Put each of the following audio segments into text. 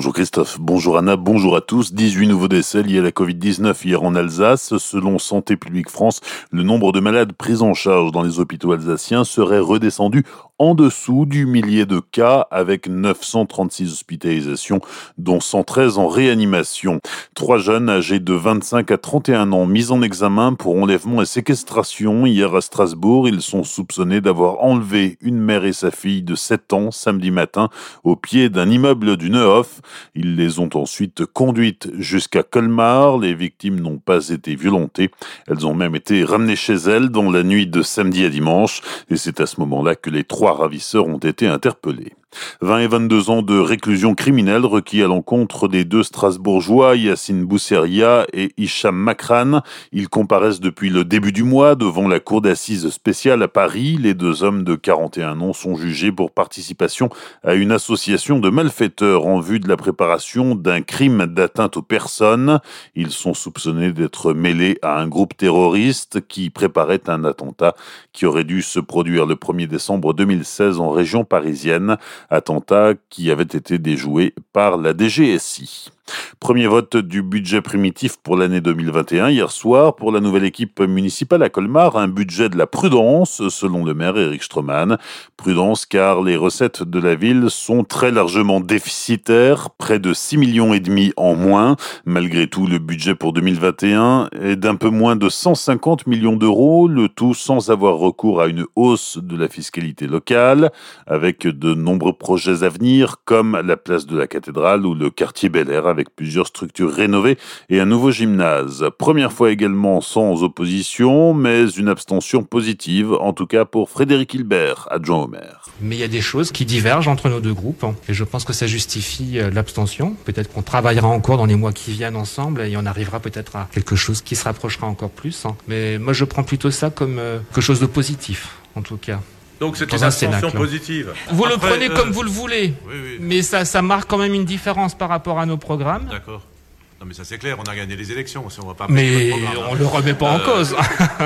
Bonjour Christophe, bonjour Anna, bonjour à tous. 18 nouveaux décès liés à la Covid-19 hier en Alsace. Selon Santé publique France, le nombre de malades pris en charge dans les hôpitaux alsaciens serait redescendu en dessous du millier de cas avec 936 hospitalisations, dont 113 en réanimation. 3 jeunes âgés de 25 à 31 ans mis en examen pour enlèvement et séquestration hier à Strasbourg. Ils sont soupçonnés d'avoir enlevé une mère et sa fille de 7 ans samedi matin au pied d'un immeuble du Neuhof. Ils les ont ensuite conduites jusqu'à Colmar. Les victimes n'ont pas été violentées. Elles ont même été ramenées chez elles dans la nuit de samedi à dimanche. Et c'est à ce moment-là que les 3 ravisseurs ont été interpellés. 20 et 22 ans de réclusion criminelle requis à l'encontre des 2 Strasbourgeois, Yassine Bousseria et Hicham Makran. Ils comparaissent depuis le début du mois devant la cour d'assises spéciale à Paris. Les 2 hommes de 41 ans sont jugés pour participation à une association de malfaiteurs en vue de la préparation d'un crime d'atteinte aux personnes. Ils sont soupçonnés d'être mêlés à un groupe terroriste qui préparait un attentat qui aurait dû se produire le 1er décembre 2016 en région parisienne. Attentat qui avait été déjoué par la DGSI. Premier vote du budget primitif pour l'année 2021 hier soir pour la nouvelle équipe municipale à Colmar, un budget de la prudence selon le maire Éric Stroman. Prudence car les recettes de la ville sont très largement déficitaires, près de 6,5 millions en moins. Malgré tout, le budget pour 2021 est d'un peu moins de 150 millions d'euros, le tout sans avoir recours à une hausse de la fiscalité locale, avec de nombreux projets à venir comme la place de la cathédrale ou le quartier Bel Air avec plusieurs structures rénovées et un nouveau gymnase. Première fois également sans opposition, mais une abstention positive, en tout cas pour Frédéric Hilbert, adjoint au maire. Mais il y a des choses qui divergent entre nos 2 groupes et je pense que ça justifie l'abstention. Peut-être qu'on travaillera encore dans les mois qui viennent ensemble et on arrivera peut-être à quelque chose qui se rapprochera encore plus. Mais moi je prends plutôt ça comme quelque chose de positif, en tout cas. Donc c'est une abstention positive. Vous le prenez comme vous le voulez, oui. Mais ça marque quand même une différence par rapport à nos programmes. D'accord. Non mais ça c'est clair, on a gagné les élections, on va pas mais le programme, on le remet pas en cause.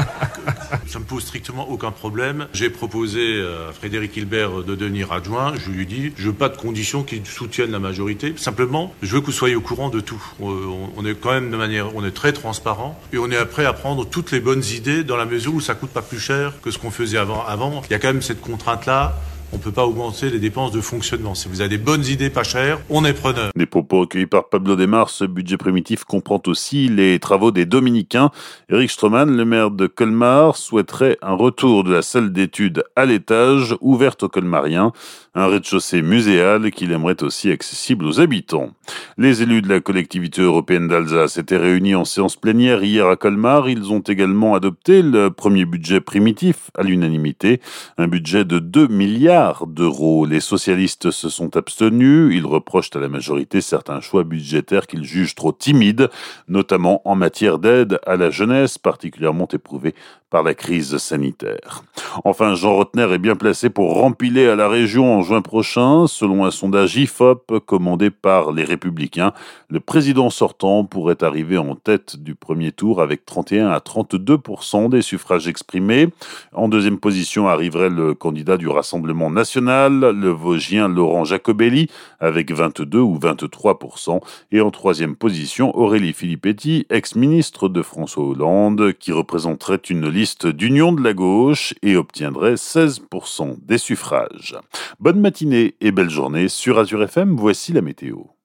Ça me pose strictement aucun problème. J'ai proposé à Frédéric Hilbert de devenir adjoint. Je lui ai dit, je veux pas de conditions qui soutiennent la majorité. Simplement, je veux que vous soyez au courant de tout. On est quand même on est très transparent et on est prêt à prendre toutes les bonnes idées dans la mesure où ça coûte pas plus cher que ce qu'on faisait avant. Il y a quand même cette contrainte-là. On ne peut pas augmenter les dépenses de fonctionnement. Si vous avez des bonnes idées pas chères, on est preneur. Des propos recueillis par Pablo Desmar, ce budget primitif comprend aussi les travaux des Dominicains. Éric Stroman, le maire de Colmar, souhaiterait un retour de la salle d'études à l'étage, ouverte aux Colmariens, un rez-de-chaussée muséal qu'il aimerait aussi accessible aux habitants. Les élus de la collectivité européenne d'Alsace étaient réunis en séance plénière hier à Colmar. Ils ont également adopté le premier budget primitif à l'unanimité, un budget de 2 milliards d'euros. Les socialistes se sont abstenus. Ils reprochent à la majorité certains choix budgétaires qu'ils jugent trop timides, notamment en matière d'aide à la jeunesse, particulièrement éprouvée par la crise sanitaire. Enfin, Jean Rottner est bien placé pour rempiler à la région en juin prochain. Selon un sondage IFOP commandé par les Républicains, le président sortant pourrait arriver en tête du premier tour avec 31 à 32% des suffrages exprimés. En deuxième position arriverait le candidat du Rassemblement national, le Vosgien Laurent Jacobelli, avec 22 ou 23%. Et en troisième position, Aurélie Filippetti, ex-ministre de François Hollande, qui représenterait une liste d'union de la gauche et obtiendrait 16% des suffrages. Bonne matinée et belle journée sur Azure FM, voici la météo.